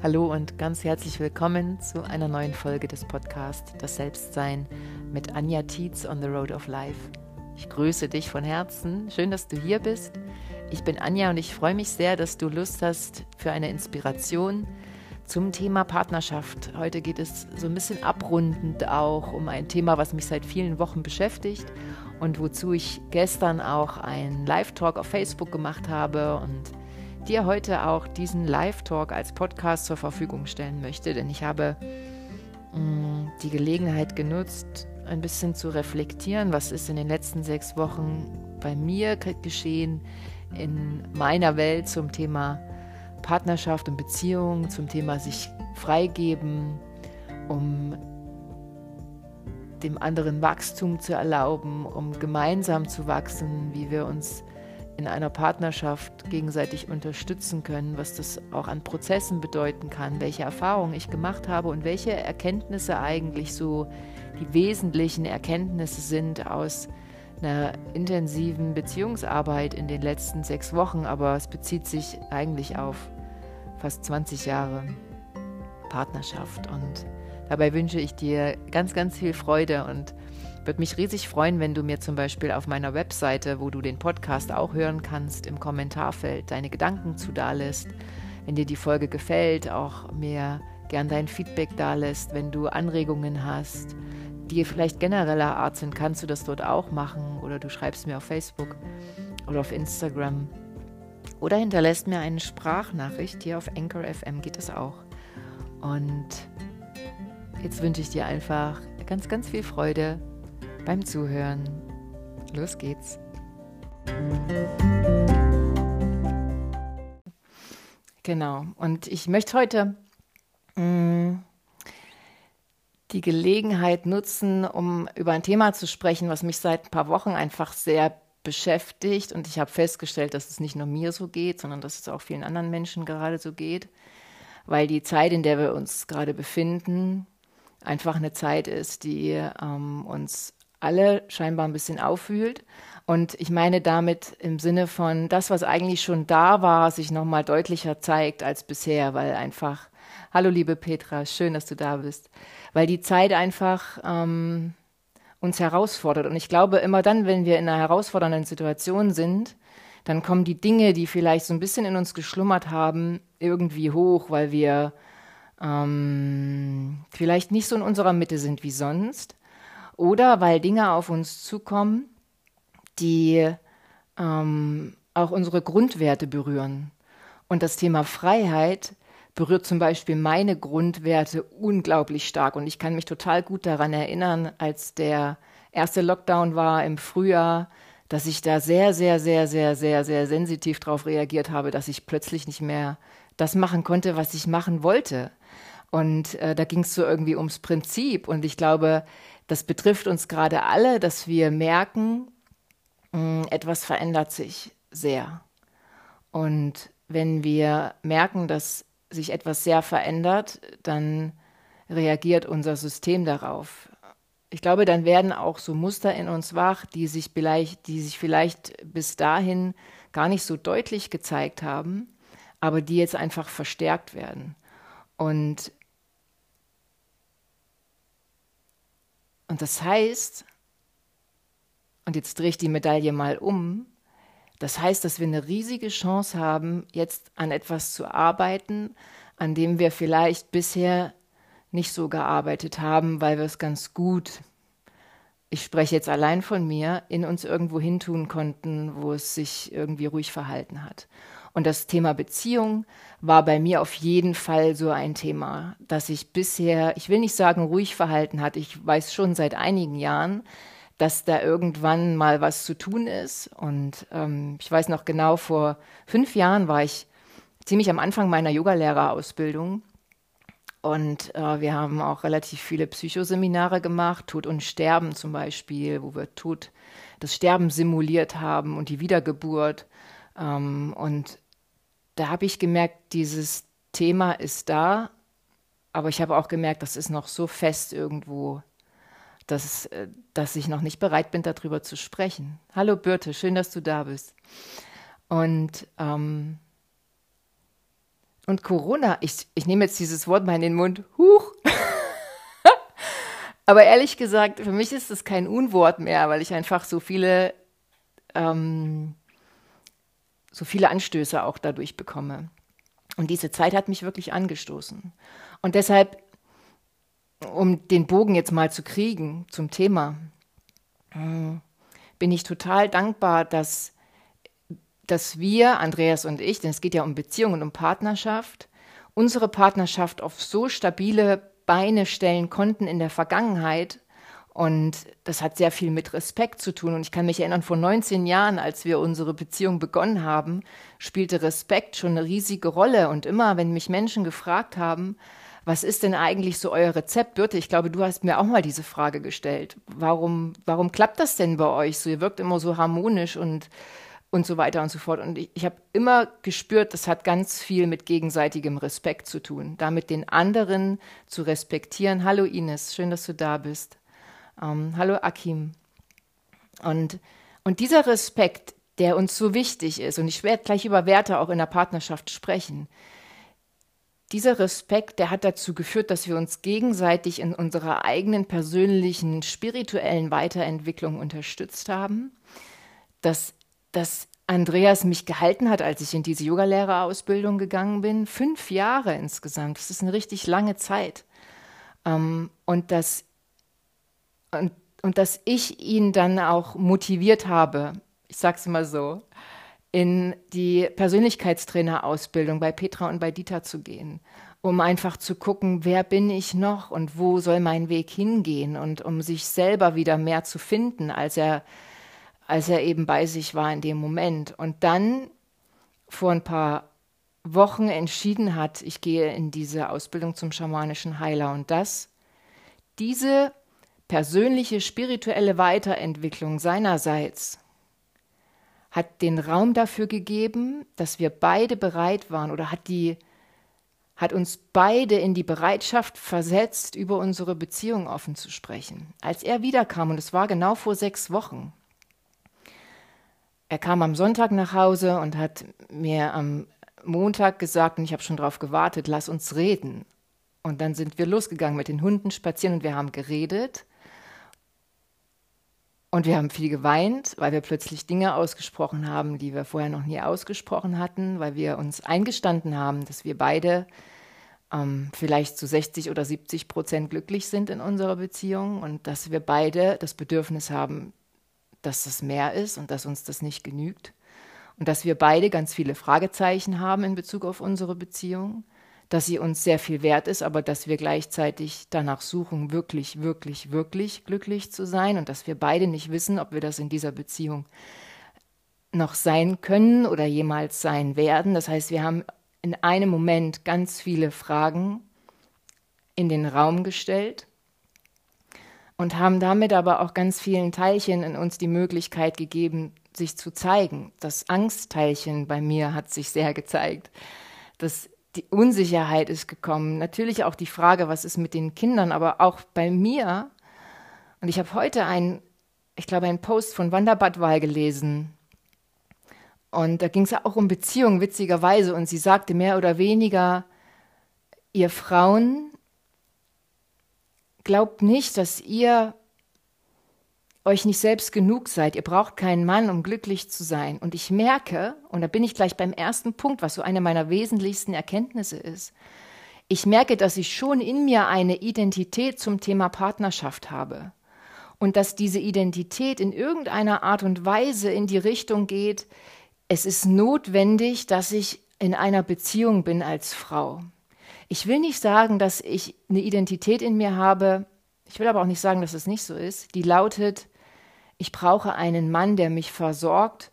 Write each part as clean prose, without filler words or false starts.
Hallo und ganz herzlich willkommen zu einer neuen Folge des Podcasts Das Selbstsein mit Anja Tietz on the Road of Life. Ich grüße dich von Herzen. Schön, dass du hier bist. Ich bin Anja und ich freue mich sehr, dass du Lust hast für eine Inspiration zum Thema Partnerschaft. Heute geht es so ein bisschen abrundend auch um ein Thema, was mich seit vielen Wochen beschäftigt und wozu ich gestern auch einen Live-Talk auf Facebook gemacht habe und dir heute auch diesen Live-Talk als Podcast zur Verfügung stellen möchte, denn ich habe die Gelegenheit genutzt, ein bisschen zu reflektieren, was ist in den letzten 6 Wochen bei mir geschehen, in meiner Welt zum Thema Partnerschaft und Beziehung, zum Thema sich freigeben, um dem anderen Wachstum zu erlauben, um gemeinsam zu wachsen, wie wir uns in einer Partnerschaft gegenseitig unterstützen können, was das auch an Prozessen bedeuten kann, welche Erfahrungen ich gemacht habe und welche Erkenntnisse eigentlich so die wesentlichen Erkenntnisse sind aus einer intensiven Beziehungsarbeit in den letzten 6 Wochen, aber es bezieht sich eigentlich auf fast 20 Jahre Partnerschaft und dabei wünsche ich dir ganz, ganz viel Freude und würde mich riesig freuen, wenn du mir zum Beispiel auf meiner Webseite, wo du den Podcast auch hören kannst, im Kommentarfeld deine Gedanken zu dalässt. Wenn dir die Folge gefällt, auch mir gern dein Feedback dalässt. Wenn du Anregungen hast, die vielleicht genereller Art sind, kannst du das dort auch machen. Oder du schreibst mir auf Facebook oder auf Instagram. Oder hinterlässt mir eine Sprachnachricht. Hier auf Anchor FM geht es auch. Und jetzt wünsche ich dir einfach ganz, ganz viel Freude beim Zuhören. Los geht's. Genau, und ich möchte heute die Gelegenheit nutzen, um über ein Thema zu sprechen, was mich seit ein paar Wochen einfach sehr beschäftigt. Und ich habe festgestellt, dass es nicht nur mir so geht, sondern dass es auch vielen anderen Menschen gerade so geht, weil die Zeit, in der wir uns gerade befinden, einfach eine Zeit ist, die uns alle scheinbar ein bisschen aufwühlt. Und ich meine damit im Sinne von, das, was eigentlich schon da war, sich nochmal deutlicher zeigt als bisher, weil einfach, hallo liebe Petra, schön, dass du da bist, weil die Zeit einfach uns herausfordert. Und ich glaube, immer dann, wenn wir in einer herausfordernden Situation sind, dann kommen die Dinge, die vielleicht so ein bisschen in uns geschlummert haben, irgendwie hoch, weil wir vielleicht nicht so in unserer Mitte sind wie sonst. Oder weil Dinge auf uns zukommen, die auch unsere Grundwerte berühren. Und das Thema Freiheit berührt zum Beispiel meine Grundwerte unglaublich stark. Und ich kann mich total gut daran erinnern, als der erste Lockdown war im Frühjahr, dass ich da sehr, sehr, sehr, sehr, sehr, sehr sensitiv darauf reagiert habe, dass ich plötzlich nicht mehr das machen konnte, was ich machen wollte. Und da ging es so irgendwie ums Prinzip. Und ich glaube, das betrifft uns gerade alle, dass wir merken, etwas verändert sich sehr. Und wenn wir merken, dass sich etwas sehr verändert, dann reagiert unser System darauf. Ich glaube, dann werden auch so Muster in uns wach, die sich vielleicht bis dahin gar nicht so deutlich gezeigt haben, aber die jetzt einfach verstärkt werden. Und das heißt, und jetzt drehe ich die Medaille mal um, das heißt, dass wir eine riesige Chance haben, jetzt an etwas zu arbeiten, an dem wir vielleicht bisher nicht so gearbeitet haben, weil wir es ganz gut, ich spreche jetzt allein von mir, in uns irgendwo hintun konnten, wo es sich irgendwie ruhig verhalten hat. Und das Thema Beziehung war bei mir auf jeden Fall so ein Thema, das ich bisher, ich will nicht sagen ruhig verhalten hat, ich weiß schon seit einigen Jahren, dass da irgendwann mal was zu tun ist. Und ich weiß noch genau, vor 5 Jahren war ich ziemlich am Anfang meiner Yogalehrerausbildung. Und wir haben auch relativ viele Psychoseminare gemacht, Tod und Sterben zum Beispiel, wo wir das Sterben simuliert haben und die Wiedergeburt. Und da habe ich gemerkt, dieses Thema ist da, aber ich habe auch gemerkt, das ist noch so fest irgendwo, dass ich noch nicht bereit bin, darüber zu sprechen. Hallo Birte, schön, dass du da bist. Und Und Corona, ich nehme jetzt dieses Wort mal in den Mund, huch. Aber ehrlich gesagt, für mich ist es kein Unwort mehr, weil ich einfach so viele Anstöße auch dadurch bekomme. Und diese Zeit hat mich wirklich angestoßen. Und deshalb, um den Bogen jetzt mal zu kriegen zum Thema, bin ich total dankbar, dass wir, Andreas und ich, denn es geht ja um Beziehung und um Partnerschaft, unsere Partnerschaft auf so stabile Beine stellen konnten in der Vergangenheit. Und das hat sehr viel mit Respekt zu tun. Und ich kann mich erinnern, vor 19 Jahren, als wir unsere Beziehung begonnen haben, spielte Respekt schon eine riesige Rolle. Und immer, wenn mich Menschen gefragt haben, was ist denn eigentlich so euer Rezept? Birte, ich glaube, du hast mir auch mal diese Frage gestellt. Warum klappt das denn bei euch so? Ihr wirkt immer so harmonisch und so weiter und so fort. Und ich habe immer gespürt, das hat ganz viel mit gegenseitigem Respekt zu tun, damit den anderen zu respektieren. Hallo Ines, schön, dass du da bist. Hallo Akim. Und dieser Respekt, der uns so wichtig ist, und ich werde gleich über Werte auch in der Partnerschaft sprechen, dieser Respekt, der hat dazu geführt, dass wir uns gegenseitig in unserer eigenen persönlichen, spirituellen Weiterentwicklung unterstützt haben, dass Andreas mich gehalten hat, als ich in diese Yogalehrerausbildung gegangen bin. 5 Jahre insgesamt, das ist eine richtig lange Zeit. Und dass ich ihn dann auch motiviert habe, ich sage es mal so, in die Persönlichkeitstrainerausbildung bei Petra und bei Dieter zu gehen, um einfach zu gucken, wer bin ich noch und wo soll mein Weg hingehen und um sich selber wieder mehr zu finden, als er eben bei sich war in dem Moment. Und dann vor ein paar Wochen entschieden hat, ich gehe in diese Ausbildung zum schamanischen Heiler und diese persönliche spirituelle Weiterentwicklung seinerseits hat den Raum dafür gegeben, dass wir beide bereit waren oder hat uns beide in die Bereitschaft versetzt, über unsere Beziehung offen zu sprechen. Als er wiederkam, und es war genau vor 6 Wochen, er kam am Sonntag nach Hause und hat mir am Montag gesagt, und ich habe schon darauf gewartet, lass uns reden. Und dann sind wir losgegangen mit den Hunden spazieren und wir haben geredet. Und wir haben viel geweint, weil wir plötzlich Dinge ausgesprochen haben, die wir vorher noch nie ausgesprochen hatten, weil wir uns eingestanden haben, dass wir beide vielleicht zu 60 oder 70% glücklich sind in unserer Beziehung und dass wir beide das Bedürfnis haben, dass das mehr ist und dass uns das nicht genügt. Und dass wir beide ganz viele Fragezeichen haben in Bezug auf unsere Beziehung, dass sie uns sehr viel wert ist, aber dass wir gleichzeitig danach suchen, wirklich, wirklich, wirklich glücklich zu sein und dass wir beide nicht wissen, ob wir das in dieser Beziehung noch sein können oder jemals sein werden. Das heißt, wir haben in einem Moment ganz viele Fragen in den Raum gestellt und haben damit aber auch ganz vielen Teilchen in uns die Möglichkeit gegeben, sich zu zeigen. Das Angstteilchen bei mir hat sich sehr gezeigt. Die Unsicherheit ist gekommen. Natürlich auch die Frage, was ist mit den Kindern, aber auch bei mir. Und ich habe heute einen Post von Wanda Badwal gelesen. Und da ging es auch um Beziehungen, witzigerweise. Und sie sagte mehr oder weniger, ihr Frauen glaubt nicht, dass ihr euch nicht selbst genug seid. Ihr braucht keinen Mann, um glücklich zu sein. Und ich merke, und da bin ich gleich beim ersten Punkt, was so eine meiner wesentlichsten Erkenntnisse ist, ich merke, dass ich schon in mir eine Identität zum Thema Partnerschaft habe. Und dass diese Identität in irgendeiner Art und Weise in die Richtung geht, es ist notwendig, dass ich in einer Beziehung bin als Frau. Ich will nicht sagen, dass ich eine Identität in mir habe, ich will aber auch nicht sagen, dass es nicht so ist, die lautet, ich brauche einen Mann, der mich versorgt,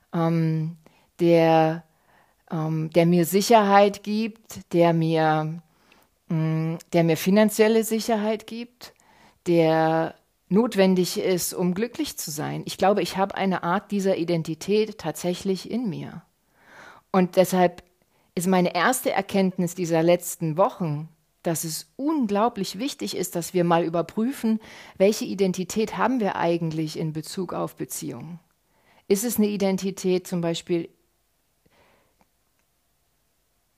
der mir Sicherheit gibt, der mir finanzielle Sicherheit gibt, der notwendig ist, um glücklich zu sein. Ich glaube, ich habe eine Art dieser Identität tatsächlich in mir. Und deshalb ist meine erste Erkenntnis dieser letzten Wochen, dass es unglaublich wichtig ist, dass wir mal überprüfen, welche Identität haben wir eigentlich in Bezug auf Beziehungen. Ist es eine Identität zum Beispiel,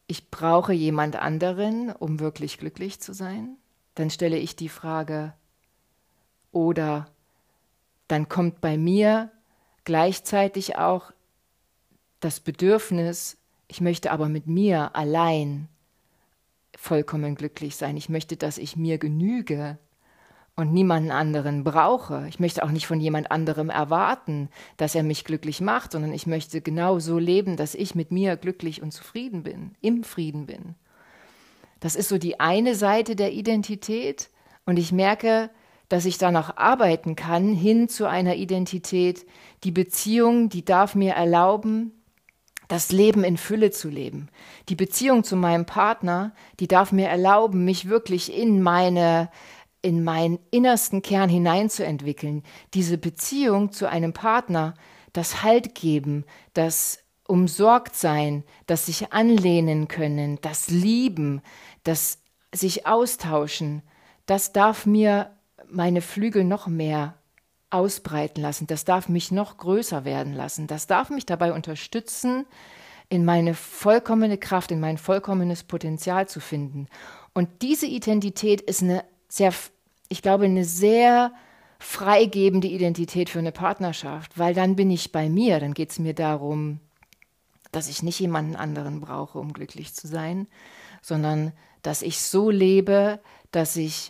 ich brauche jemand anderen, um wirklich glücklich zu sein, dann stelle ich die Frage, oder dann kommt bei mir gleichzeitig auch das Bedürfnis, ich möchte aber mit mir allein vollkommen glücklich sein. Ich möchte, dass ich mir genüge und niemanden anderen brauche. Ich möchte auch nicht von jemand anderem erwarten, dass er mich glücklich macht, sondern ich möchte genau so leben, dass ich mit mir glücklich und zufrieden bin, im Frieden bin. Das ist so die eine Seite der Identität und ich merke, dass ich danach arbeiten kann, hin zu einer Identität, die Beziehung, die darf mir erlauben, das Leben in Fülle zu leben. Die Beziehung zu meinem Partner, die darf mir erlauben, mich wirklich in meinen innersten Kern hineinzuentwickeln. Diese Beziehung zu einem Partner, das Halt geben, das umsorgt sein, das sich anlehnen können, das Lieben, das sich austauschen, das darf mir meine Flügel noch mehr ausbreiten lassen, das darf mich noch größer werden lassen, das darf mich dabei unterstützen, in meine vollkommene Kraft, in mein vollkommenes Potenzial zu finden. Und diese Identität ist ich glaube, eine sehr freigebende Identität für eine Partnerschaft, weil dann bin ich bei mir, dann geht es mir darum, dass ich nicht jemanden anderen brauche, um glücklich zu sein, sondern dass ich so lebe, dass ich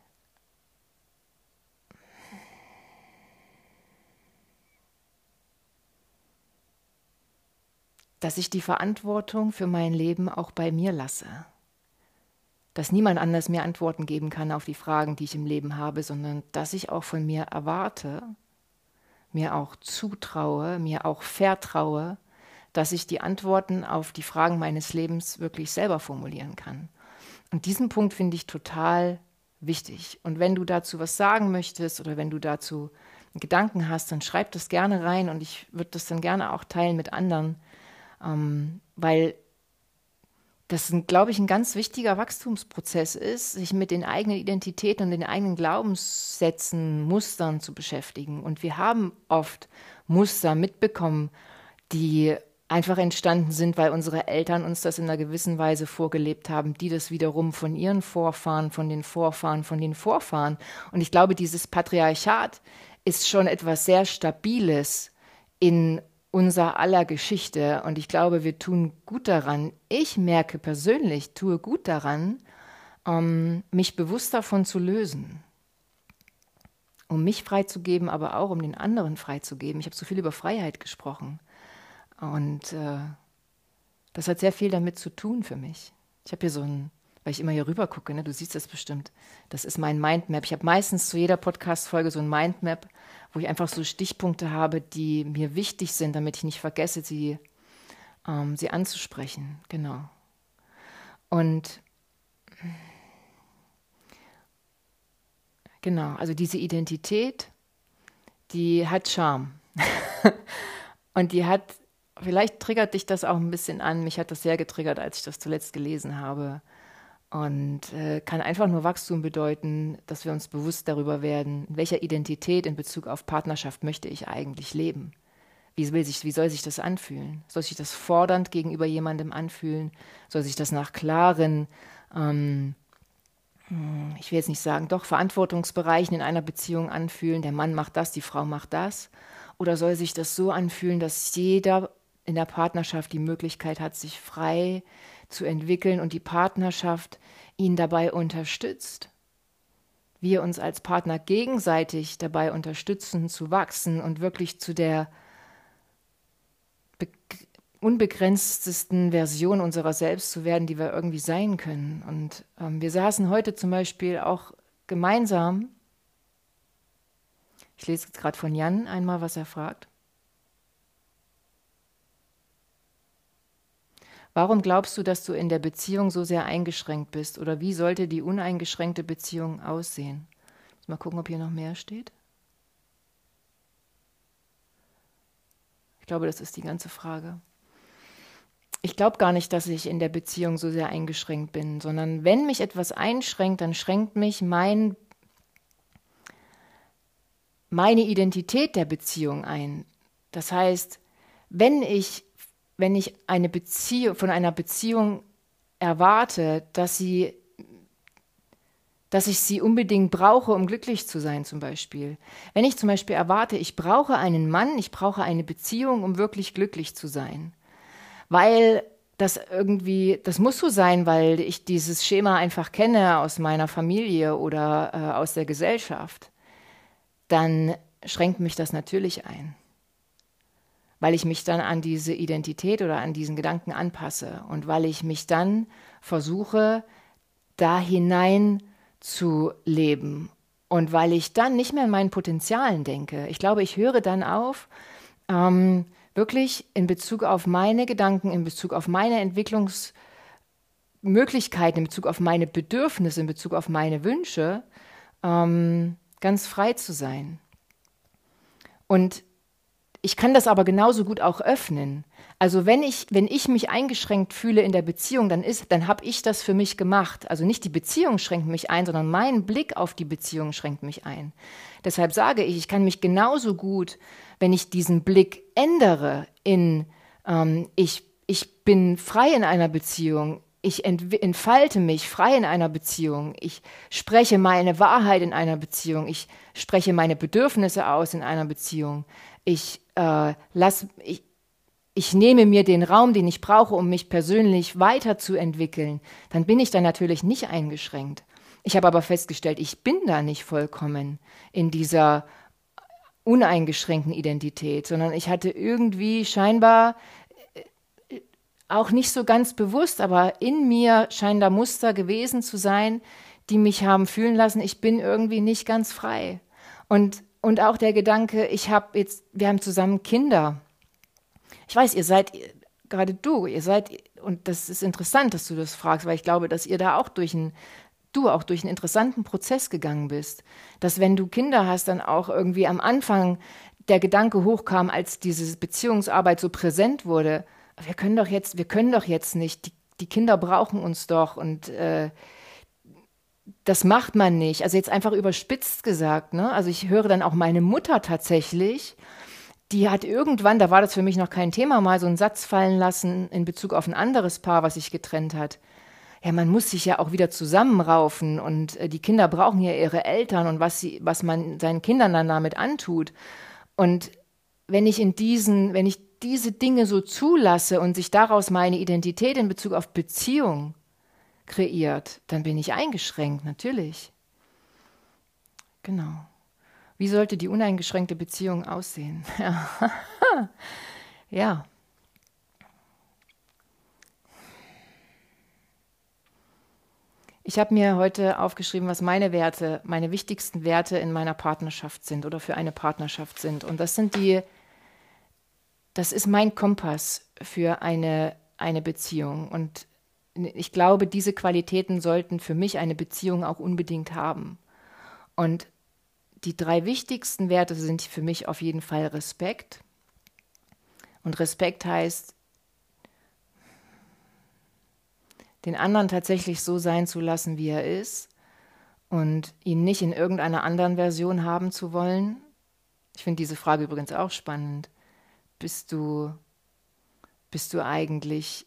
die Verantwortung für mein Leben auch bei mir lasse. Dass niemand anders mir Antworten geben kann auf die Fragen, die ich im Leben habe, sondern dass ich auch von mir erwarte, mir auch zutraue, mir auch vertraue, dass ich die Antworten auf die Fragen meines Lebens wirklich selber formulieren kann. Und diesen Punkt finde ich total wichtig. Und wenn du dazu was sagen möchtest oder wenn du dazu einen Gedanken hast, dann schreib das gerne rein und ich würde das dann gerne auch teilen mit anderen, weil das, glaube ich, ein ganz wichtiger Wachstumsprozess ist, sich mit den eigenen Identitäten und den eigenen Glaubenssätzen, Mustern zu beschäftigen. Und wir haben oft Muster mitbekommen, die einfach entstanden sind, weil unsere Eltern uns das in einer gewissen Weise vorgelebt haben, die das wiederum von ihren Vorfahren, von den Vorfahren, von den Vorfahren. Und ich glaube, dieses Patriarchat ist schon etwas sehr Stabiles in unser aller Geschichte und ich glaube, wir tun gut daran, ich merke persönlich, tue gut daran, mich bewusst davon zu lösen, um mich freizugeben, aber auch um den anderen freizugeben. Ich habe so viel über Freiheit gesprochen und das hat sehr viel damit zu tun für mich. Ich habe hier weil ich immer hier rüber gucke, ne, du siehst das bestimmt, das ist mein Mindmap. Ich habe meistens zu jeder Podcast-Folge so ein Mindmap, wo ich einfach so Stichpunkte habe, die mir wichtig sind, damit ich nicht vergesse, sie anzusprechen. Genau. Und genau, also diese Identität, die hat Charme. Und vielleicht triggert dich das auch ein bisschen an. Mich hat das sehr getriggert, als ich das zuletzt gelesen habe. Und kann einfach nur Wachstum bedeuten, dass wir uns bewusst darüber werden, in welcher Identität in Bezug auf Partnerschaft möchte ich eigentlich leben. Wie soll sich das anfühlen? Soll sich das fordernd gegenüber jemandem anfühlen? Soll sich das nach klaren, ich will jetzt nicht sagen, doch Verantwortungsbereichen in einer Beziehung anfühlen? Der Mann macht das, die Frau macht das. Oder soll sich das so anfühlen, dass jeder in der Partnerschaft die Möglichkeit hat, sich frei zu entwickeln und die Partnerschaft ihn dabei unterstützt? Wir uns als Partner gegenseitig dabei unterstützen, zu wachsen und wirklich zu der unbegrenztesten Version unserer selbst zu werden, die wir irgendwie sein können. Und wir saßen heute zum Beispiel auch gemeinsam. Ich lese jetzt gerade von Jan einmal, was er fragt. Warum glaubst du, dass du in der Beziehung so sehr eingeschränkt bist? Oder wie sollte die uneingeschränkte Beziehung aussehen? Mal gucken, ob hier noch mehr steht. Ich glaube, das ist die ganze Frage. Ich glaube gar nicht, dass ich in der Beziehung so sehr eingeschränkt bin, sondern wenn mich etwas einschränkt, dann schränkt mich meine Identität der Beziehung ein. Das heißt, wenn ich von einer Beziehung erwarte, dass ich sie unbedingt brauche, um glücklich zu sein zum Beispiel. Wenn ich zum Beispiel erwarte, ich brauche einen Mann, ich brauche eine Beziehung, um wirklich glücklich zu sein, weil das muss so sein, weil ich dieses Schema einfach kenne aus meiner Familie oder aus der Gesellschaft, dann schränkt mich das natürlich ein, weil ich mich dann an diese Identität oder an diesen Gedanken anpasse und weil ich mich dann versuche, da hinein zu leben und weil ich dann nicht mehr in meinen Potenzialen denke. Ich glaube, ich höre dann auf, wirklich in Bezug auf meine Gedanken, in Bezug auf meine Entwicklungsmöglichkeiten, in Bezug auf meine Bedürfnisse, in Bezug auf meine Wünsche, ganz frei zu sein. Und ich kann das aber genauso gut auch öffnen. Also wenn ich mich eingeschränkt fühle in der Beziehung, dann habe ich das für mich gemacht. Also nicht die Beziehung schränkt mich ein, sondern mein Blick auf die Beziehung schränkt mich ein. Deshalb sage ich kann mich genauso gut, wenn ich diesen Blick ändere in ich bin frei in einer Beziehung, ich entfalte mich frei in einer Beziehung, ich spreche meine Wahrheit in einer Beziehung, ich spreche meine Bedürfnisse aus in einer Beziehung, ich nehme mir den Raum, den ich brauche, um mich persönlich weiterzuentwickeln, dann bin ich da natürlich nicht eingeschränkt. Ich habe aber festgestellt, ich bin da nicht vollkommen in dieser uneingeschränkten Identität, sondern ich hatte irgendwie scheinbar auch nicht so ganz bewusst, aber in mir scheinen da Muster gewesen zu sein, die mich haben fühlen lassen, ich bin irgendwie nicht ganz frei. Und auch der Gedanke, wir haben zusammen Kinder. Ich weiß, und das ist interessant, dass du das fragst, weil ich glaube, dass ihr da auch durch einen interessanten Prozess gegangen bist. Dass wenn du Kinder hast, dann auch irgendwie am Anfang der Gedanke hochkam, als diese Beziehungsarbeit so präsent wurde, wir können doch jetzt nicht, die Kinder brauchen uns doch und das macht man nicht. Also jetzt einfach überspitzt gesagt, ne? Also ich höre dann auch meine Mutter tatsächlich, die hat irgendwann, da war das für mich noch kein Thema, mal so einen Satz fallen lassen in Bezug auf ein anderes Paar, was sich getrennt hat. Ja, man muss sich ja auch wieder zusammenraufen und die Kinder brauchen ja ihre Eltern und was man seinen Kindern dann damit antut. Und wenn ich diese Dinge so zulasse und sich daraus meine Identität in Bezug auf Beziehung kreiert, dann bin ich eingeschränkt, natürlich. Genau. Wie sollte die uneingeschränkte Beziehung aussehen? Ja. Ich habe mir heute aufgeschrieben, was meine wichtigsten Werte in meiner Partnerschaft sind oder für eine Partnerschaft sind. Und das ist mein Kompass für eine Beziehung. Und ich glaube, diese Qualitäten sollten für mich eine Beziehung auch unbedingt haben. Und die 3 wichtigsten Werte sind für mich auf jeden Fall Respekt. Und Respekt heißt, den anderen tatsächlich so sein zu lassen, wie er ist und ihn nicht in irgendeiner anderen Version haben zu wollen. Ich finde diese Frage übrigens auch spannend. Bist du eigentlich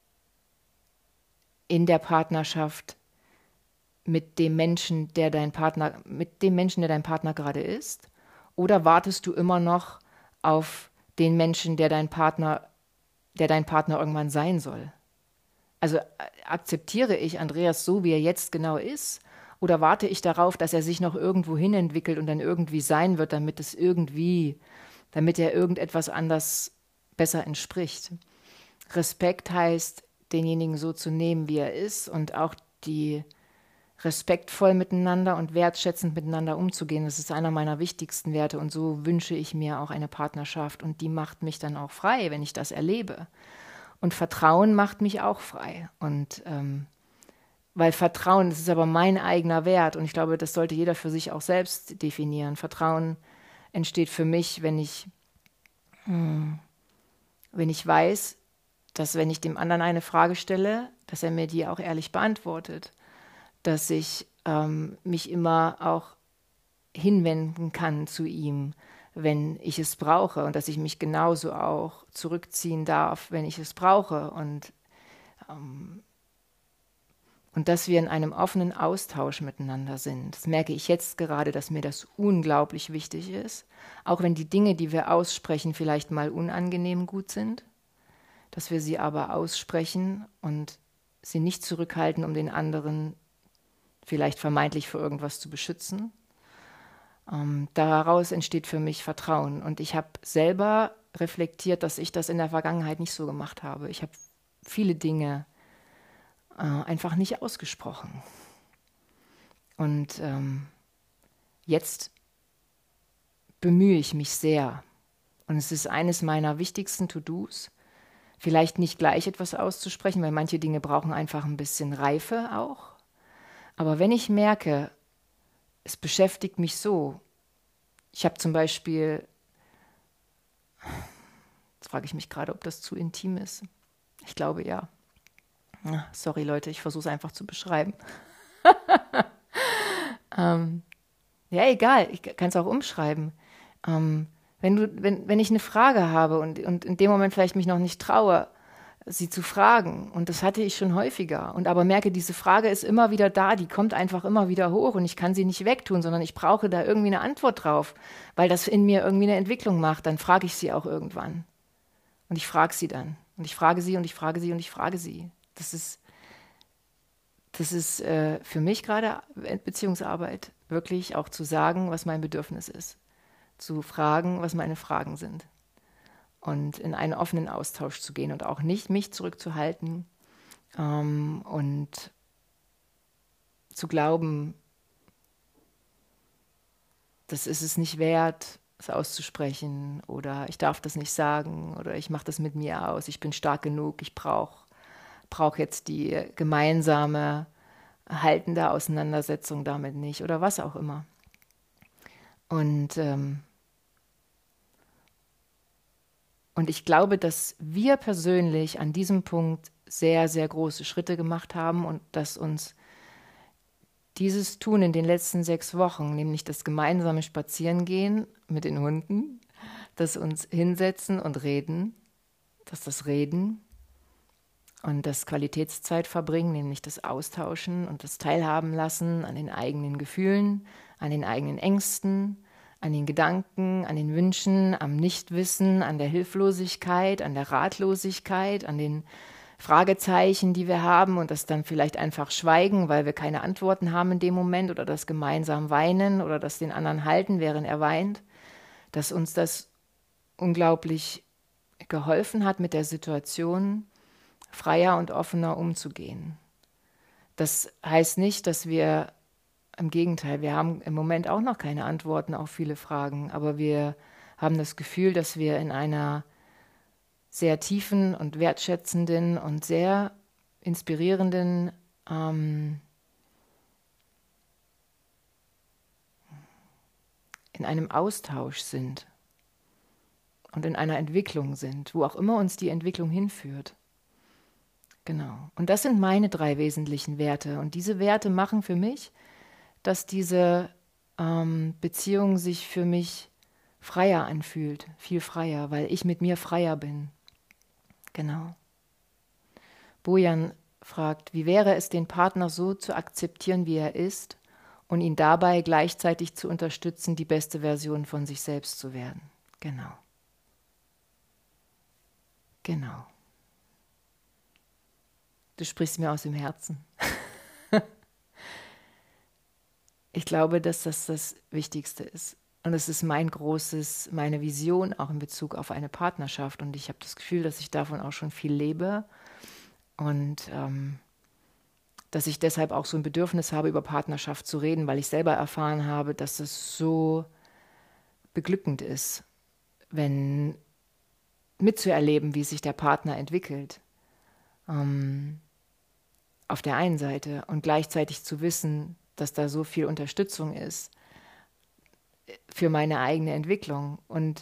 in der Partnerschaft mit dem Menschen, der dein Partner gerade ist? Oder wartest du immer noch auf den Menschen, der dein Partner irgendwann sein soll? Also akzeptiere ich Andreas so, wie er jetzt genau ist? Oder warte ich darauf, dass er sich noch irgendwo hin entwickelt und dann irgendwie sein wird, damit er irgendetwas anders besser entspricht? Respekt heißt, denjenigen so zu nehmen, wie er ist und auch die respektvoll miteinander und wertschätzend miteinander umzugehen. Das ist einer meiner wichtigsten Werte und so wünsche ich mir auch eine Partnerschaft und die macht mich dann auch frei, wenn ich das erlebe. Und Vertrauen macht mich auch frei. Und weil Vertrauen, das ist aber mein eigener Wert und ich glaube, das sollte jeder für sich auch selbst definieren. Vertrauen entsteht für mich, wenn ich weiß, dass wenn ich dem anderen eine Frage stelle, dass er mir die auch ehrlich beantwortet. Dass ich mich immer auch hinwenden kann zu ihm, wenn ich es brauche und dass ich mich genauso auch zurückziehen darf, wenn ich es brauche und und dass wir in einem offenen Austausch miteinander sind. Das merke ich jetzt gerade, dass mir das unglaublich wichtig ist, auch wenn die Dinge, die wir aussprechen, vielleicht mal unangenehm gut sind, dass wir sie aber aussprechen und sie nicht zurückhalten, um den anderen vielleicht vermeintlich vor irgendwas zu beschützen. Daraus entsteht für mich Vertrauen. Und ich habe selber reflektiert, dass ich das in der Vergangenheit nicht so gemacht habe. Ich habe viele Dinge einfach nicht ausgesprochen. Und jetzt bemühe ich mich sehr. Und es ist eines meiner wichtigsten To-Dos, vielleicht nicht gleich etwas auszusprechen, weil manche Dinge brauchen einfach ein bisschen Reife auch. Aber wenn ich merke, es beschäftigt mich so, ich habe zum Beispiel, jetzt frage ich mich gerade, ob das zu intim ist. Ich glaube ja. Sorry Leute, ich versuche es einfach zu beschreiben. Ja, egal, ich kann es auch umschreiben. Wenn ich eine Frage habe und in dem Moment vielleicht mich noch nicht traue, sie zu fragen, und das hatte ich schon häufiger, und aber merke, diese Frage ist immer wieder da, die kommt einfach immer wieder hoch und ich kann sie nicht wegtun, sondern ich brauche da irgendwie eine Antwort drauf, weil das in mir irgendwie eine Entwicklung macht, dann frage ich sie auch irgendwann. Und ich frage sie dann. Und ich frage sie und ich frage sie und ich frage sie. Das ist für mich gerade Beziehungsarbeit, wirklich auch zu sagen, was mein Bedürfnis ist. Zu fragen, was meine Fragen sind. Und in einen offenen Austausch zu gehen und auch nicht mich zurückzuhalten und zu glauben, das ist es nicht wert, es auszusprechen, oder ich darf das nicht sagen, oder ich mache das mit mir aus, ich bin stark genug, ich brauche jetzt die gemeinsame, haltende Auseinandersetzung damit nicht, oder was auch immer. Und ich glaube, dass wir persönlich an diesem Punkt sehr, sehr große Schritte gemacht haben und dass uns dieses Tun in den letzten 6 Wochen, nämlich das gemeinsame Spazierengehen mit den Hunden, das uns hinsetzen und reden, dass das Reden und das Qualitätszeit verbringen, nämlich das Austauschen und das Teilhaben lassen an den eigenen Gefühlen, an den eigenen Ängsten, an den Gedanken, an den Wünschen, am Nichtwissen, an der Hilflosigkeit, an der Ratlosigkeit, an den Fragezeichen, die wir haben, und das dann vielleicht einfach schweigen, weil wir keine Antworten haben in dem Moment, oder das gemeinsam weinen oder das den anderen halten, während er weint, dass uns das unglaublich geholfen hat, mit der Situation freier und offener umzugehen. Das heißt nicht, dass wir, im Gegenteil, wir haben im Moment auch noch keine Antworten auf viele Fragen, aber wir haben das Gefühl, dass wir in einer sehr tiefen und wertschätzenden und sehr inspirierenden in einem Austausch sind und in einer Entwicklung sind, wo auch immer uns die Entwicklung hinführt. Genau. Und das sind meine 3 wesentlichen Werte. Und diese Werte machen für mich, dass diese Beziehung sich für mich freier anfühlt, viel freier, weil ich mit mir freier bin. Genau. Bojan fragt, wie wäre es, den Partner so zu akzeptieren, wie er ist, und ihn dabei gleichzeitig zu unterstützen, die beste Version von sich selbst zu werden. Genau. Genau. Du sprichst mir aus dem Herzen. Ich glaube, dass das das Wichtigste ist. Und es ist meine Vision auch in Bezug auf eine Partnerschaft. Und ich habe das Gefühl, dass ich davon auch schon viel lebe. Und dass ich deshalb auch so ein Bedürfnis habe, über Partnerschaft zu reden, weil ich selber erfahren habe, dass es so beglückend ist, mitzuerleben, wie sich der Partner entwickelt. Auf der einen Seite, und gleichzeitig zu wissen, dass da so viel Unterstützung ist für meine eigene Entwicklung. Und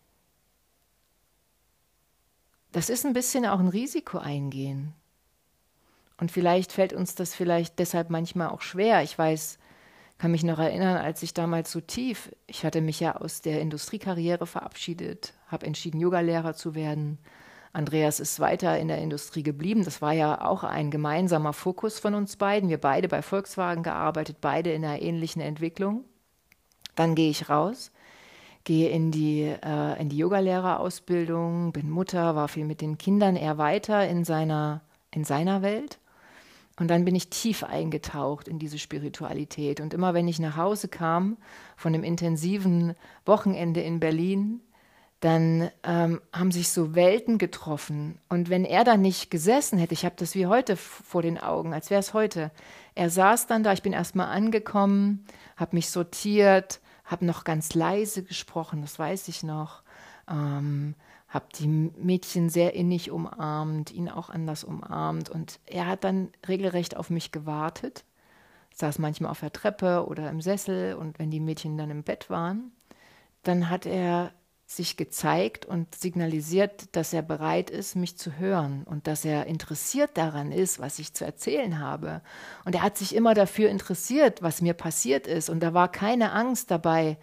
das ist ein bisschen auch ein Risiko eingehen. Und vielleicht fällt uns das deshalb manchmal auch schwer. Ich kann mich noch erinnern, als ich damals ich hatte mich ja aus der Industriekarriere verabschiedet, habe entschieden, Yogalehrer zu werden, Andreas ist weiter in der Industrie geblieben. Das war ja auch ein gemeinsamer Fokus von uns beiden. Wir beide bei Volkswagen gearbeitet, beide in einer ähnlichen Entwicklung. Dann gehe ich raus, gehe in die Yogalehrerausbildung, bin Mutter, war viel mit den Kindern, eher weiter in seiner Welt. Und dann bin ich tief eingetaucht in diese Spiritualität. Und immer wenn ich nach Hause kam von einem intensiven Wochenende in Berlin, dann haben sich so Welten getroffen. Und wenn er da nicht gesessen hätte, ich habe das wie heute vor den Augen, als wäre es heute. Er saß dann da, ich bin erstmal angekommen, habe mich sortiert, habe noch ganz leise gesprochen, das weiß ich noch. Habe die Mädchen sehr innig umarmt, ihn auch anders umarmt. Und er hat dann regelrecht auf mich gewartet. Ich saß manchmal auf der Treppe oder im Sessel und wenn die Mädchen dann im Bett waren, dann hat er sich gezeigt und signalisiert, dass er bereit ist, mich zu hören und dass er interessiert daran ist, was ich zu erzählen habe. Und er hat sich immer dafür interessiert, was mir passiert ist. Und da war keine Angst dabei.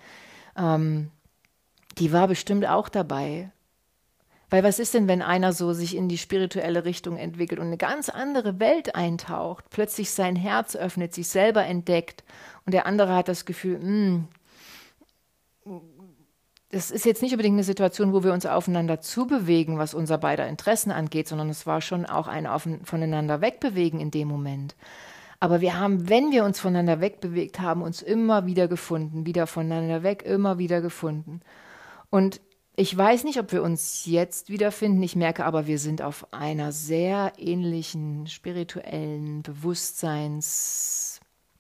Die war bestimmt auch dabei. Weil was ist denn, wenn einer so sich in die spirituelle Richtung entwickelt und eine ganz andere Welt eintaucht, plötzlich sein Herz öffnet, sich selber entdeckt und der andere hat das Gefühl, das ist jetzt nicht unbedingt eine Situation, wo wir uns aufeinander zubewegen, was unser beider Interessen angeht, sondern es war schon auch ein voneinander wegbewegen in dem Moment. Aber wir haben, wenn wir uns voneinander wegbewegt haben, uns immer wieder gefunden, wieder voneinander weg, immer wieder gefunden. Und ich weiß nicht, ob wir uns jetzt wiederfinden. Ich merke aber, wir sind auf einer sehr ähnlichen spirituellen Bewusstseinsebene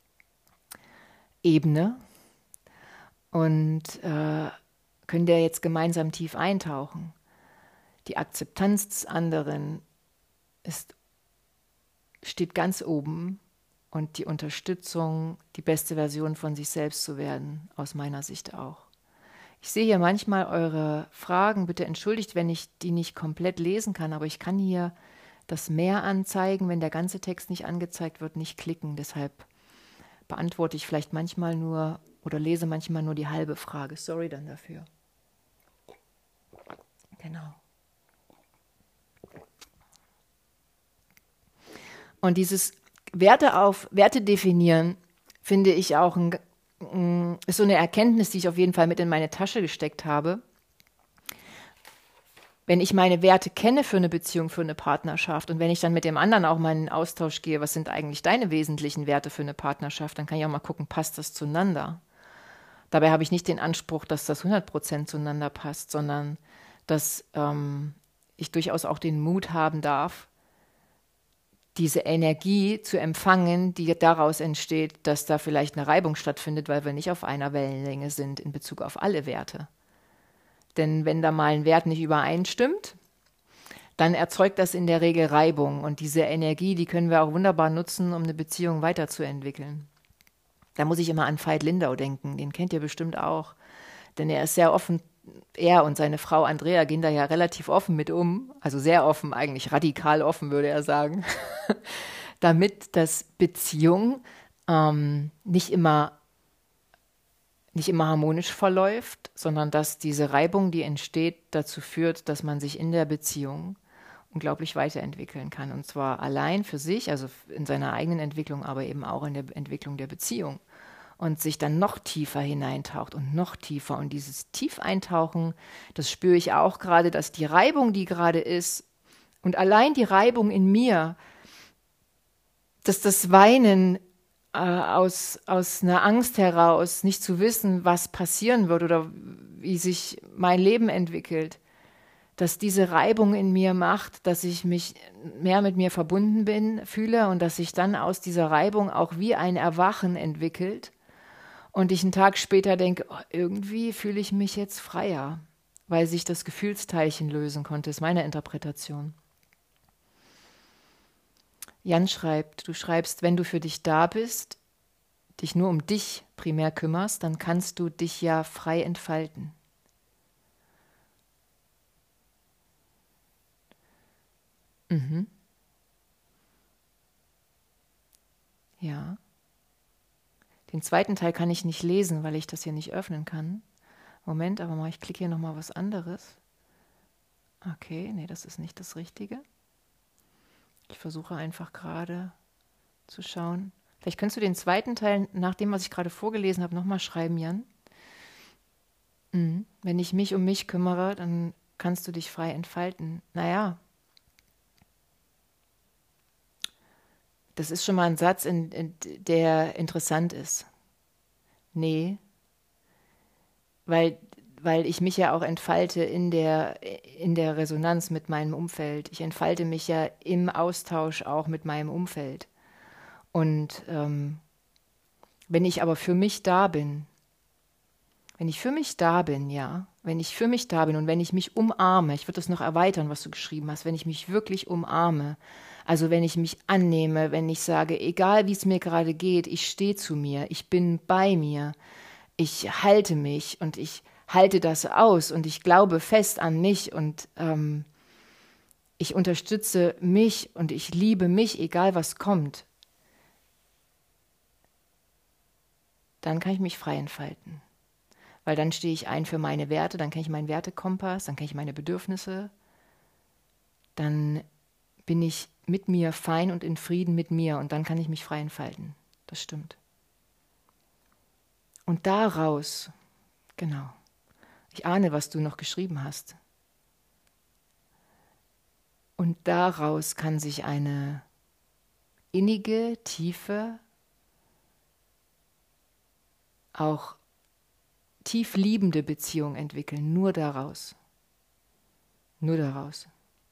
und können da jetzt gemeinsam tief eintauchen. Die Akzeptanz des anderen steht ganz oben und die Unterstützung, die beste Version von sich selbst zu werden, aus meiner Sicht auch. Ich sehe hier manchmal eure Fragen, bitte entschuldigt, wenn ich die nicht komplett lesen kann, aber ich kann hier das Mehr anzeigen, wenn der ganze Text nicht angezeigt wird, nicht klicken. Deshalb beantworte ich vielleicht manchmal nur oder lese manchmal nur die halbe Frage. Sorry dann dafür. Genau. Und dieses Werte definieren, finde ich auch ist so eine Erkenntnis, die ich auf jeden Fall mit in meine Tasche gesteckt habe. Wenn ich meine Werte kenne für eine Beziehung, für eine Partnerschaft und wenn ich dann mit dem anderen auch mal in den Austausch gehe, was sind eigentlich deine wesentlichen Werte für eine Partnerschaft, dann kann ich auch mal gucken, passt das zueinander? Dabei habe ich nicht den Anspruch, dass das 100% zueinander passt, sondern dass ich durchaus auch den Mut haben darf, diese Energie zu empfangen, die daraus entsteht, dass da vielleicht eine Reibung stattfindet, weil wir nicht auf einer Wellenlänge sind in Bezug auf alle Werte. Denn wenn da mal ein Wert nicht übereinstimmt, dann erzeugt das in der Regel Reibung. Und diese Energie, die können wir auch wunderbar nutzen, um eine Beziehung weiterzuentwickeln. Da muss ich immer an Veit Lindau denken, den kennt ihr bestimmt auch. Denn er ist sehr offen, er und seine Frau Andrea gehen da ja relativ offen mit um, also sehr offen, eigentlich radikal offen, würde er sagen, damit dass Beziehung nicht immer harmonisch verläuft, sondern dass diese Reibung, die entsteht, dazu führt, dass man sich in der Beziehung unglaublich weiterentwickeln kann. Und zwar allein für sich, also in seiner eigenen Entwicklung, aber eben auch in der Entwicklung der Beziehung. Und sich dann noch tiefer hineintaucht und noch tiefer. Und dieses Tiefeintauchen, das spüre ich auch gerade, dass die Reibung, die gerade ist, und allein die Reibung in mir, dass das Weinen aus einer Angst heraus, nicht zu wissen, was passieren wird oder wie sich mein Leben entwickelt, dass diese Reibung in mir macht, dass ich mich mehr mit mir verbunden fühle und dass sich dann aus dieser Reibung auch wie ein Erwachen entwickelt. Und ich einen Tag später denke, oh, irgendwie fühle ich mich jetzt freier, weil sich das Gefühlsteilchen lösen konnte, ist meine Interpretation. Jan schreibt, du schreibst, wenn du für dich da bist, dich nur um dich primär kümmerst, dann kannst du dich ja frei entfalten. Mhm. Ja. Den zweiten Teil kann ich nicht lesen, weil ich das hier nicht öffnen kann. Moment, aber ich klicke hier nochmal was anderes. Okay, nee, das ist nicht das Richtige. Ich versuche einfach gerade zu schauen. Vielleicht könntest du den zweiten Teil, nach dem, was ich gerade vorgelesen habe, nochmal schreiben, Jan. Wenn ich mich um mich kümmere, dann kannst du dich frei entfalten. Naja, das ist schon mal ein Satz, der interessant ist. Nee, weil, weil ich mich ja auch entfalte in der Resonanz mit meinem Umfeld. Ich entfalte mich ja im Austausch auch mit meinem Umfeld. Und wenn ich aber für mich da bin, wenn ich für mich da bin, ja, wenn ich für mich da bin und wenn ich mich umarme, ich würde das noch erweitern, was du geschrieben hast, wenn ich mich wirklich umarme, also wenn ich mich annehme, wenn ich sage, egal wie es mir gerade geht, ich stehe zu mir, ich bin bei mir, ich halte mich und ich halte das aus und ich glaube fest an mich und ich unterstütze mich und ich liebe mich, egal was kommt, dann kann ich mich frei entfalten. Weil dann stehe ich ein für meine Werte, dann kenne ich meinen Wertekompass, dann kenne ich meine Bedürfnisse, dann bin ich mit mir fein und in Frieden mit mir und dann kann ich mich frei entfalten. Das stimmt. Und daraus, genau, ich ahne, was du noch geschrieben hast. Und daraus kann sich eine innige, tiefe, auch tief liebende Beziehung entwickeln. Nur daraus. Nur daraus.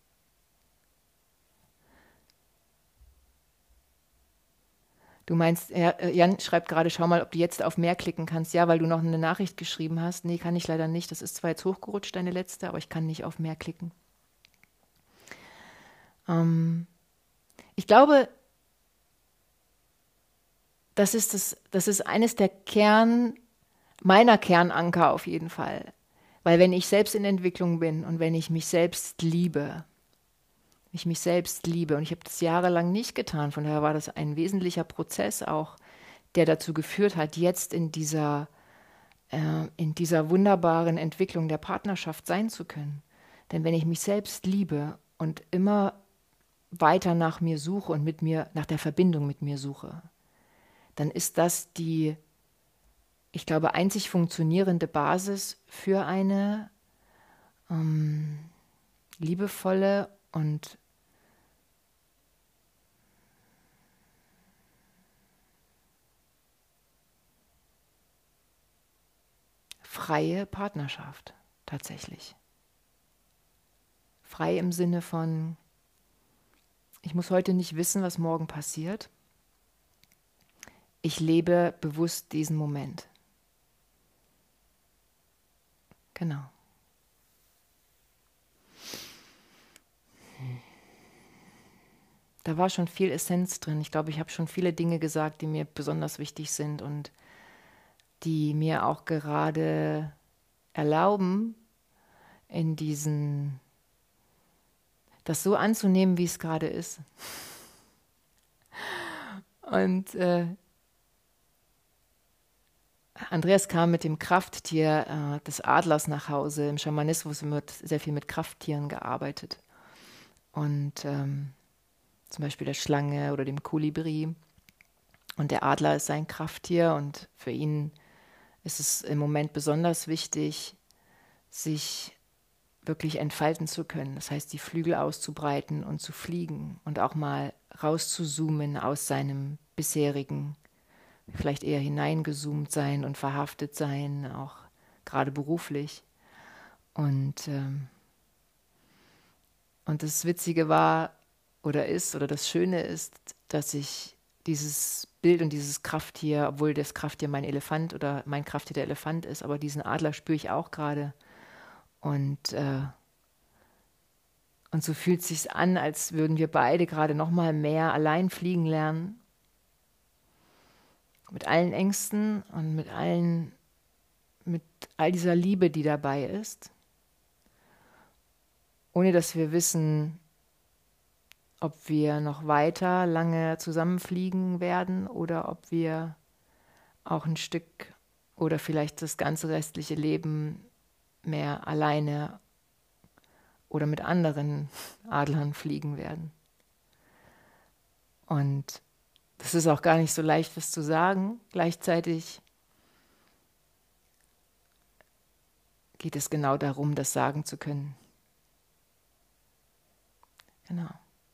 Du meinst, Jan schreibt gerade, schau mal, ob du jetzt auf mehr klicken kannst. Ja, weil du noch eine Nachricht geschrieben hast. Nee, kann ich leider nicht. Das ist zwar jetzt hochgerutscht, deine letzte, aber ich kann nicht auf mehr klicken. Ich glaube, das ist eines der meiner Kernanker auf jeden Fall. Weil wenn ich selbst in Entwicklung bin und wenn ich mich selbst liebe, und ich habe das jahrelang nicht getan, von daher war das ein wesentlicher Prozess auch, der dazu geführt hat, jetzt in dieser wunderbaren Entwicklung der Partnerschaft sein zu können. Denn wenn ich mich selbst liebe und immer weiter nach mir suche und nach der Verbindung mit mir suche, dann ist das die, ich glaube, einzig funktionierende Basis für eine liebevolle und freie Partnerschaft, tatsächlich. Frei im Sinne von, ich muss heute nicht wissen, was morgen passiert. Ich lebe bewusst diesen Moment. Genau. Da war schon viel Essenz drin. Ich glaube, ich habe schon viele Dinge gesagt, die mir besonders wichtig sind und die mir auch gerade erlauben, das so anzunehmen, wie es gerade ist. Und Andreas kam mit dem Krafttier des Adlers nach Hause. Im Schamanismus wird sehr viel mit Krafttieren gearbeitet. Und zum Beispiel der Schlange oder dem Kolibri. Und der Adler ist sein Krafttier und für ihn ist es im Moment besonders wichtig, sich wirklich entfalten zu können. Das heißt, die Flügel auszubreiten und zu fliegen und auch mal rauszuzoomen aus seinem bisherigen, vielleicht eher hineingezoomt sein und verhaftet sein, auch gerade beruflich. Und das Witzige war oder ist, oder das Schöne ist, dass ich dieses Bild und dieses Krafttier, obwohl das Krafttier mein Elefant oder mein Krafttier der Elefant ist, aber diesen Adler spüre ich auch gerade. Und so fühlt es sich an, als würden wir beide gerade noch mal mehr allein fliegen lernen. Mit allen Ängsten und mit all dieser Liebe, die dabei ist. Ohne dass wir wissen, ob wir noch weiter lange zusammenfliegen werden oder ob wir auch ein Stück oder vielleicht das ganze restliche Leben mehr alleine oder mit anderen Adlern fliegen werden. Und das ist auch gar nicht so leicht, das zu sagen. Gleichzeitig geht es genau darum, das sagen zu können. Genau.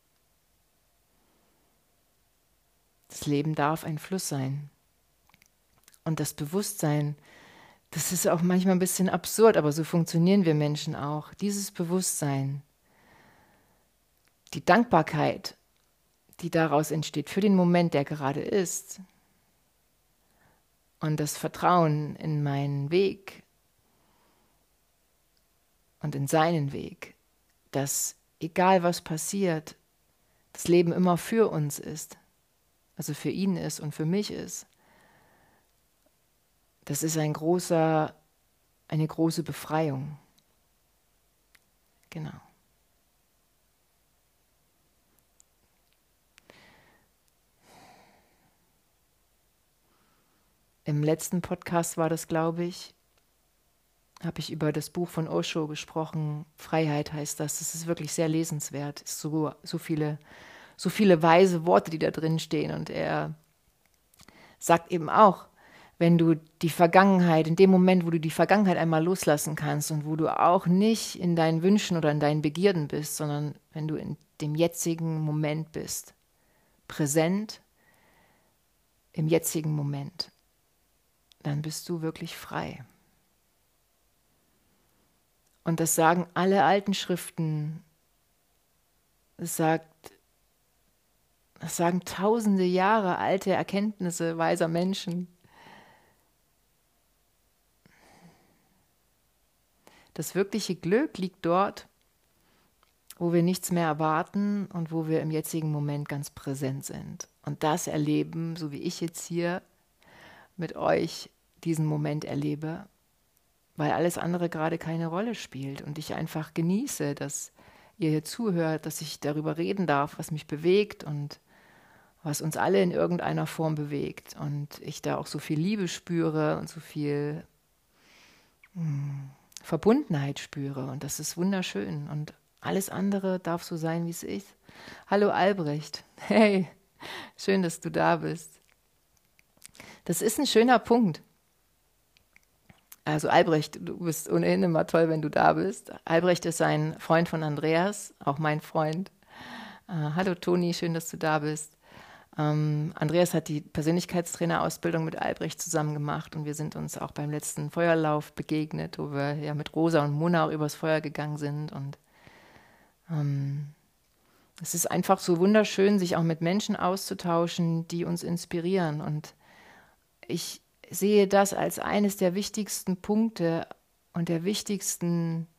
Das Leben darf ein Fluss sein. Und das Bewusstsein, das ist auch manchmal ein bisschen absurd, aber so funktionieren wir Menschen auch. Dieses Bewusstsein, die Dankbarkeit, die daraus entsteht für den Moment, der gerade ist, und das Vertrauen in meinen Weg und in seinen Weg, dass egal was passiert, das Leben immer für uns ist, also für ihn ist und für mich ist. Das ist eine große Befreiung. Genau. Im letzten Podcast war das, glaube ich, habe ich über das Buch von Osho gesprochen. Freiheit heißt das. Das ist wirklich sehr lesenswert. Es sind so viele weise Worte, die da drin stehen. Und er sagt eben auch, wenn du die Vergangenheit, in dem Moment, wo du die Vergangenheit einmal loslassen kannst und wo du auch nicht in deinen Wünschen oder in deinen Begierden bist, sondern wenn du in dem jetzigen Moment bist, präsent im jetzigen Moment, dann bist du wirklich frei. Und das sagen alle alten Schriften. Das sagen tausende Jahre alte Erkenntnisse weiser Menschen. Das wirkliche Glück liegt dort, wo wir nichts mehr erwarten und wo wir im jetzigen Moment ganz präsent sind. Und das erleben, so wie ich jetzt hier mit euch diesen Moment erlebe, weil alles andere gerade keine Rolle spielt und ich einfach genieße, dass ihr hier zuhört, dass ich darüber reden darf, was mich bewegt und was uns alle in irgendeiner Form bewegt und ich da auch so viel Liebe spüre und so viel Verbundenheit spüre und das ist wunderschön und alles andere darf so sein, wie es ist. Hallo Albrecht, hey, schön, dass du da bist. Das ist ein schöner Punkt. Also Albrecht, du bist ohnehin immer toll, wenn du da bist. Albrecht ist ein Freund von Andreas, auch mein Freund. Hallo Toni, schön, dass du da bist. Andreas hat die Persönlichkeitstrainerausbildung mit Albrecht zusammen gemacht und wir sind uns auch beim letzten Feuerlauf begegnet, wo wir ja mit Rosa und Mona auch übers Feuer gegangen sind. Und es ist einfach so wunderschön, sich auch mit Menschen auszutauschen, die uns inspirieren. Und ich sehe das als eines der wichtigsten Punkte und der wichtigsten,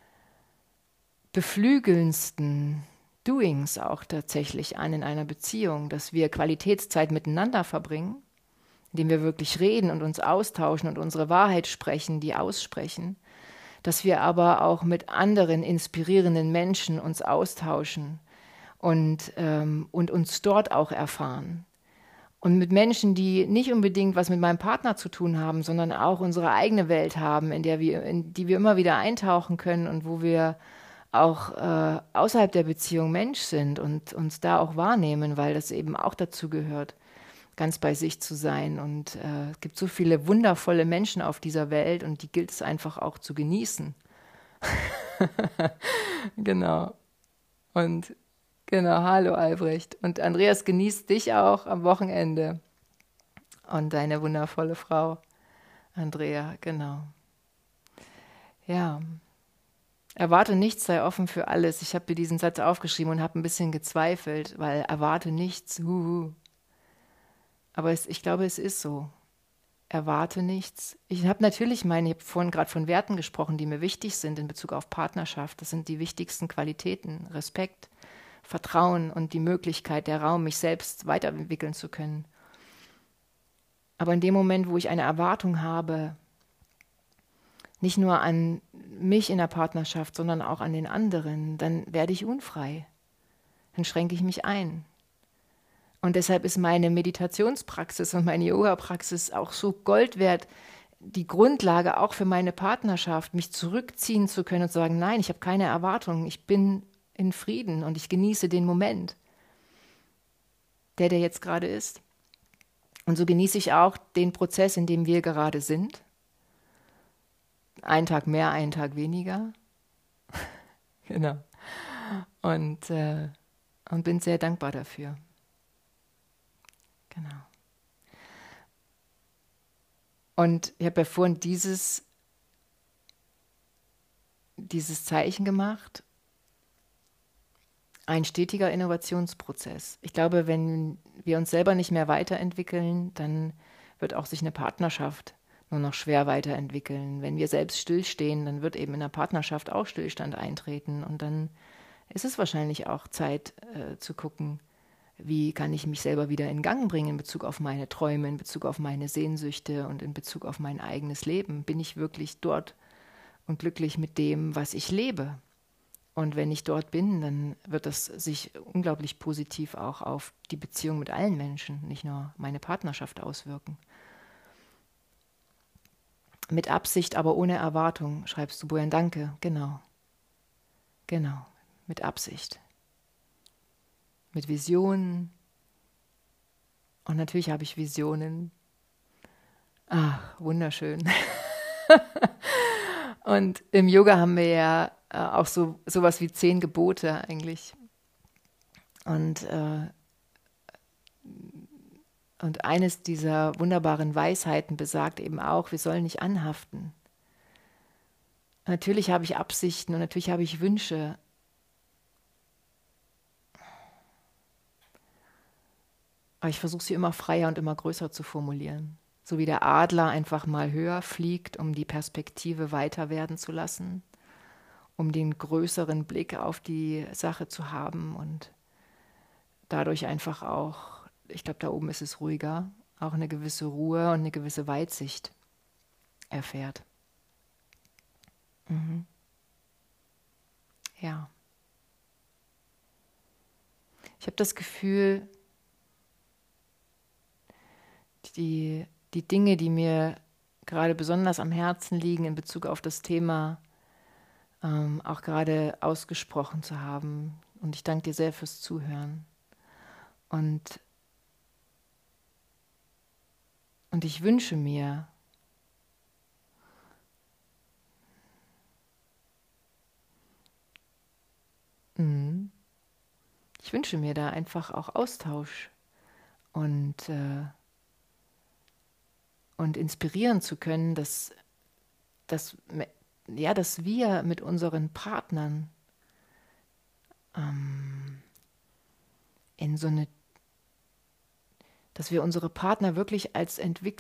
beflügelndsten Doings auch tatsächlich an in einer Beziehung, dass wir Qualitätszeit miteinander verbringen, indem wir wirklich reden und uns austauschen und unsere Wahrheit sprechen, die aussprechen, dass wir aber auch mit anderen inspirierenden Menschen uns austauschen und uns dort auch erfahren. Und mit Menschen, die nicht unbedingt was mit meinem Partner zu tun haben, sondern auch unsere eigene Welt haben, in die wir immer wieder eintauchen können und wo wir auch außerhalb der Beziehung Mensch sind und uns da auch wahrnehmen, weil das eben auch dazu gehört, ganz bei sich zu sein. Und es gibt so viele wundervolle Menschen auf dieser Welt und die gilt es einfach auch zu genießen. Genau. Und genau, hallo Albrecht. Und Andreas genießt dich auch am Wochenende. Und deine wundervolle Frau, Andrea, genau. Ja. Erwarte nichts, sei offen für alles. Ich habe mir diesen Satz aufgeschrieben und habe ein bisschen gezweifelt, weil erwarte nichts. Aber ich glaube, es ist so. Erwarte nichts. Ich habe vorhin gerade von Werten gesprochen, die mir wichtig sind in Bezug auf Partnerschaft. Das sind die wichtigsten Qualitäten. Respekt, Vertrauen und die Möglichkeit, der Raum, mich selbst weiterentwickeln zu können. Aber in dem Moment, wo ich eine Erwartung habe, nicht nur an mich in der Partnerschaft, sondern auch an den anderen, dann werde ich unfrei. Dann schränke ich mich ein. Und deshalb ist meine Meditationspraxis und meine Yoga-Praxis auch so Gold wert, die Grundlage auch für meine Partnerschaft, mich zurückziehen zu können und zu sagen, nein, ich habe keine Erwartungen, ich bin in Frieden und ich genieße den Moment, der jetzt gerade ist. Und so genieße ich auch den Prozess, in dem wir gerade sind. Einen Tag mehr, einen Tag weniger. Genau. Und bin sehr dankbar dafür. Genau. Und ich habe ja vorhin dieses Zeichen gemacht, ein stetiger Innovationsprozess. Ich glaube, wenn wir uns selber nicht mehr weiterentwickeln, dann wird auch sich eine Partnerschaft nur noch schwer weiterentwickeln. Wenn wir selbst stillstehen, dann wird eben in der Partnerschaft auch Stillstand eintreten. Und dann ist es wahrscheinlich auch Zeit zu gucken, wie kann ich mich selber wieder in Gang bringen in Bezug auf meine Träume, in Bezug auf meine Sehnsüchte und in Bezug auf mein eigenes Leben. Bin ich wirklich dort und glücklich mit dem, was ich lebe? Und wenn ich dort bin, dann wird das sich unglaublich positiv auch auf die Beziehung mit allen Menschen, nicht nur meine Partnerschaft auswirken. Mit Absicht, aber ohne Erwartung, schreibst du, Bojan, danke. Genau. Genau, mit Absicht. Mit Visionen. Und natürlich habe ich Visionen. Ach, wunderschön. Und im Yoga haben wir ja auch sowas wie 10 Gebote eigentlich. Und eines dieser wunderbaren Weisheiten besagt eben auch, wir sollen nicht anhaften. Natürlich habe ich Absichten und natürlich habe ich Wünsche. Aber ich versuche sie immer freier und immer größer zu formulieren. So wie der Adler einfach mal höher fliegt, um die Perspektive weiter werden zu lassen, um den größeren Blick auf die Sache zu haben und dadurch einfach auch, ich glaube, da oben ist es ruhiger, auch eine gewisse Ruhe und eine gewisse Weitsicht erfährt. Mhm. Ja. Ich habe das Gefühl, die Dinge, die mir gerade besonders am Herzen liegen in Bezug auf das Thema, auch gerade ausgesprochen zu haben. Und ich danke dir sehr fürs Zuhören. Und ich wünsche mir, da einfach auch Austausch und inspirieren zu können, dass wir mit unseren Partnern dass wir unsere Partner wirklich als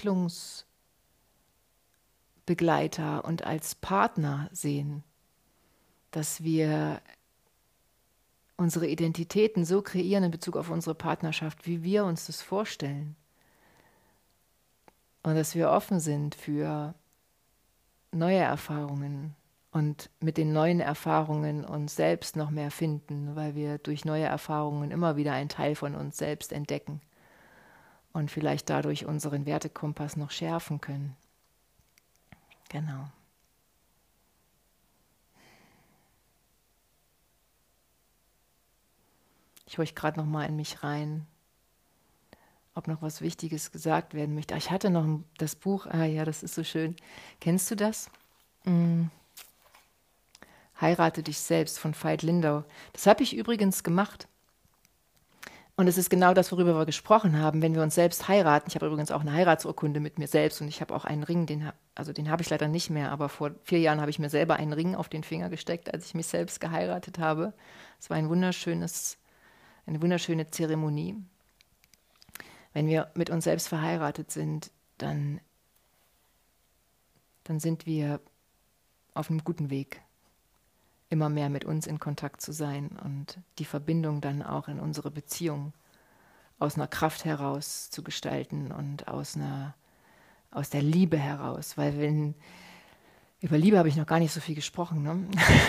Entwicklungsbegleiter und als Partner sehen, dass wir unsere Identitäten so kreieren in Bezug auf unsere Partnerschaft, wie wir uns das vorstellen. Und dass wir offen sind für neue Erfahrungen und mit den neuen Erfahrungen uns selbst noch mehr finden, weil wir durch neue Erfahrungen immer wieder einen Teil von uns selbst entdecken und vielleicht dadurch unseren Wertekompass noch schärfen können. Genau. Ich horche gerade noch mal in mich rein, ob noch was Wichtiges gesagt werden möchte. Ich hatte noch das Buch, ja, das ist so schön. Kennst du das? Heirate dich selbst von Veit Lindau. Das habe ich übrigens gemacht. Und es ist genau das, worüber wir gesprochen haben, wenn wir uns selbst heiraten. Ich habe übrigens auch eine Heiratsurkunde mit mir selbst und ich habe auch einen Ring, den habe ich leider nicht mehr, aber vor 4 Jahren habe ich mir selber einen Ring auf den Finger gesteckt, als ich mich selbst geheiratet habe. Es war eine wunderschöne Zeremonie. Wenn wir mit uns selbst verheiratet sind, dann sind wir auf einem guten Weg, immer mehr mit uns in Kontakt zu sein und die Verbindung dann auch in unsere Beziehung aus einer Kraft heraus zu gestalten und aus der Liebe heraus. Weil über Liebe habe ich noch gar nicht so viel gesprochen, ne?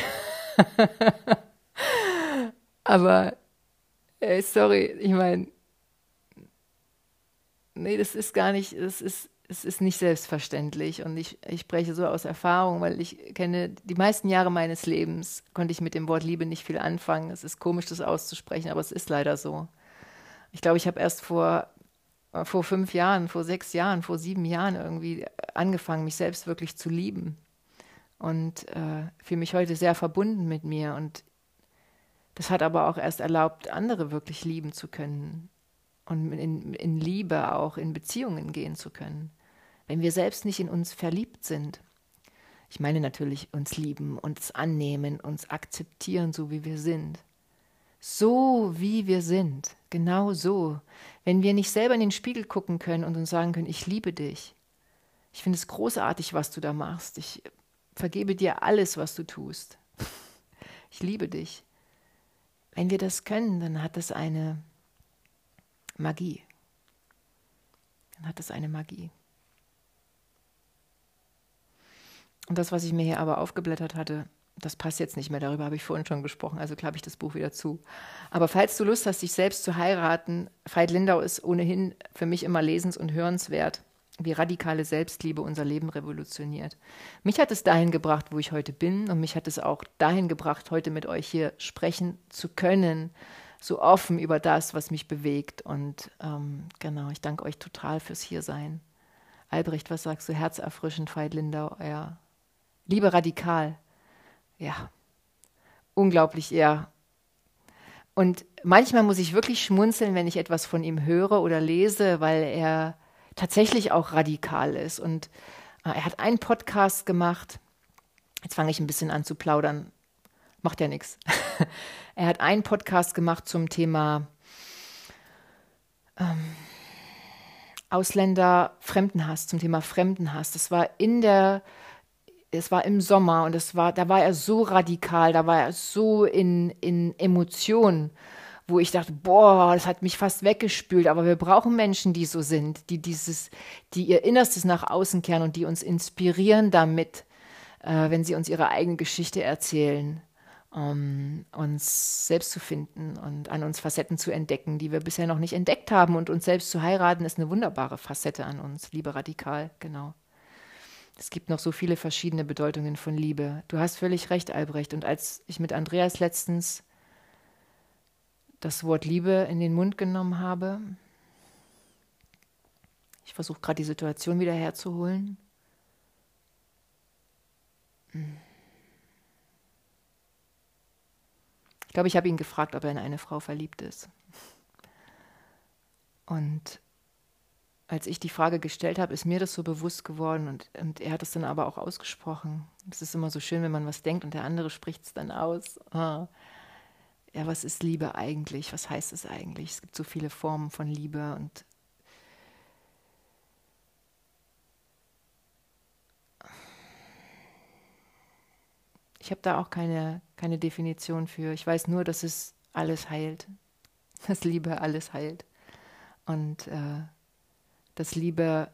Aber, sorry, ich meine, nee, das ist gar nicht, das ist es ist nicht selbstverständlich und ich spreche so aus Erfahrung, weil ich kenne die meisten Jahre meines Lebens, konnte ich mit dem Wort Liebe nicht viel anfangen. Es ist komisch, das auszusprechen, aber es ist leider so. Ich glaube, ich habe erst vor 5 Jahren, vor 6 Jahren, vor 7 Jahren irgendwie angefangen, mich selbst wirklich zu lieben und fühle mich heute sehr verbunden mit mir. Und das hat aber auch erst erlaubt, andere wirklich lieben zu können und in Liebe auch in Beziehungen gehen zu können. Wenn wir selbst nicht in uns verliebt sind, ich meine natürlich uns lieben, uns annehmen, uns akzeptieren, so wie wir sind. So wie wir sind, genau so. Wenn wir nicht selber in den Spiegel gucken können und uns sagen können, ich liebe dich. Ich finde es großartig, was du da machst. Ich vergebe dir alles, was du tust. Ich liebe dich. Wenn wir das können, dann hat das eine Magie. Dann hat das eine Magie. Und das, was ich mir hier aber aufgeblättert hatte, das passt jetzt nicht mehr, darüber habe ich vorhin schon gesprochen, also klappe ich das Buch wieder zu. Aber falls du Lust hast, dich selbst zu heiraten, Veit Lindau ist ohnehin für mich immer lesens- und hörenswert, wie radikale Selbstliebe unser Leben revolutioniert. Mich hat es dahin gebracht, wo ich heute bin, und mich hat es auch dahin gebracht, heute mit euch hier sprechen zu können, so offen über das, was mich bewegt. Und genau, ich danke euch total fürs Hiersein. Albrecht, was sagst du? Herzerfrischend, Veit Lindau, ja. Liebe radikal. Ja, unglaublich, ja. Und manchmal muss ich wirklich schmunzeln, wenn ich etwas von ihm höre oder lese, weil er tatsächlich auch radikal ist. Und er hat einen Podcast gemacht, jetzt fange ich ein bisschen an zu plaudern, macht ja nichts. Er hat einen Podcast gemacht zum Thema Ausländer-Fremdenhass, zum Thema Fremdenhass. Es war im Sommer und da war er so radikal, da war er so in Emotionen, wo ich dachte, boah, das hat mich fast weggespült, aber wir brauchen Menschen, die so sind, die ihr Innerstes nach außen kehren und die uns inspirieren damit, wenn sie uns ihre eigene Geschichte erzählen, uns selbst zu finden und an uns Facetten zu entdecken, die wir bisher noch nicht entdeckt haben. Und uns selbst zu heiraten ist eine wunderbare Facette an uns, Liebe radikal, genau. Es gibt noch so viele verschiedene Bedeutungen von Liebe. Du hast völlig recht, Albrecht. Und als ich mit Andreas letztens das Wort Liebe in den Mund genommen habe, ich versuche gerade die Situation wieder herzuholen. Ich glaube, ich habe ihn gefragt, ob er in eine Frau verliebt ist. Und als ich die Frage gestellt habe, ist mir das so bewusst geworden und er hat es dann aber auch ausgesprochen. Es ist immer so schön, wenn man was denkt und der andere spricht es dann aus. Ah. Ja, was ist Liebe eigentlich? Was heißt es eigentlich? Es gibt so viele Formen von Liebe und ich habe da auch keine Definition für. Ich weiß nur, dass es alles heilt, dass Liebe alles heilt und dass Liebe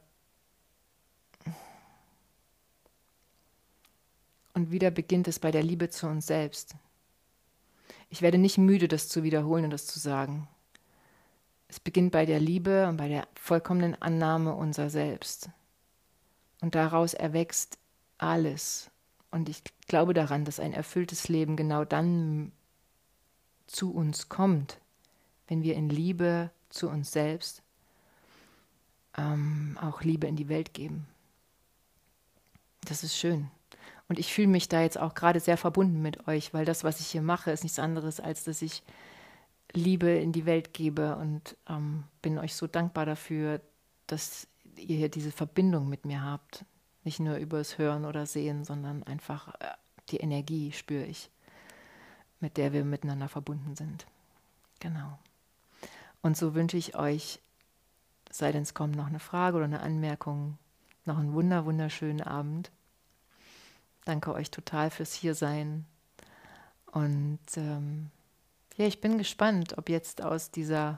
und wieder beginnt es bei der Liebe zu uns selbst. Ich werde nicht müde, das zu wiederholen und das zu sagen. Es beginnt bei der Liebe und bei der vollkommenen Annahme unser Selbst. Und daraus erwächst alles. Und ich glaube daran, dass ein erfülltes Leben genau dann zu uns kommt, wenn wir in Liebe zu uns selbst auch Liebe in die Welt geben. Das ist schön. Und ich fühle mich da jetzt auch gerade sehr verbunden mit euch, weil das, was ich hier mache, ist nichts anderes, als dass ich Liebe in die Welt gebe und bin euch so dankbar dafür, dass ihr hier diese Verbindung mit mir habt. Nicht nur übers Hören oder Sehen, sondern einfach die Energie spüre ich, mit der wir miteinander verbunden sind. Genau. Und so wünsche ich euch, sei denn es kommt noch eine Frage oder eine Anmerkung, noch einen wunderschönen Abend. Danke euch total fürs Hiersein. Und ja, ich bin gespannt, ob jetzt aus diesem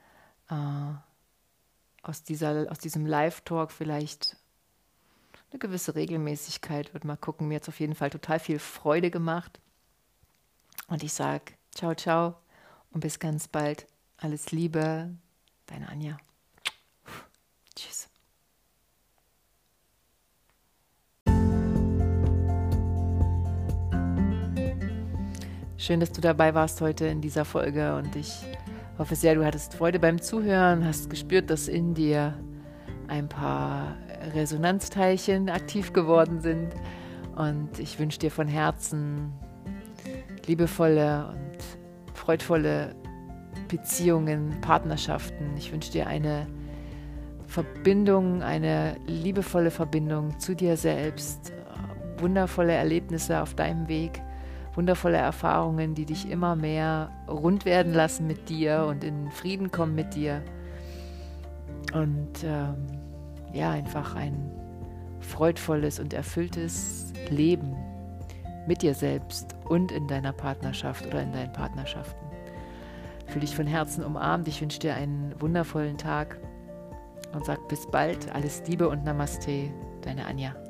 Live-Talk vielleicht eine gewisse Regelmäßigkeit wird. Mal gucken, mir hat es auf jeden Fall total viel Freude gemacht. Und ich sage ciao, ciao und bis ganz bald. Alles Liebe, deine Anja. Tschüss. Schön, dass du dabei warst heute in dieser Folge und ich hoffe sehr, du hattest Freude beim Zuhören, hast gespürt, dass in dir ein paar Resonanzteilchen aktiv geworden sind und ich wünsche dir von Herzen liebevolle und freudvolle Beziehungen, Partnerschaften. Ich wünsche dir eine Verbindung, eine liebevolle Verbindung zu dir selbst, wundervolle Erlebnisse auf deinem Weg, wundervolle Erfahrungen, die dich immer mehr rund werden lassen mit dir und in Frieden kommen mit dir. Und einfach ein freudvolles und erfülltes Leben mit dir selbst und in deiner Partnerschaft oder in deinen Partnerschaften. Fühl dich von Herzen umarmt. Ich wünsche dir einen wundervollen Tag und sag bis bald. Alles Liebe und Namaste, deine Anja.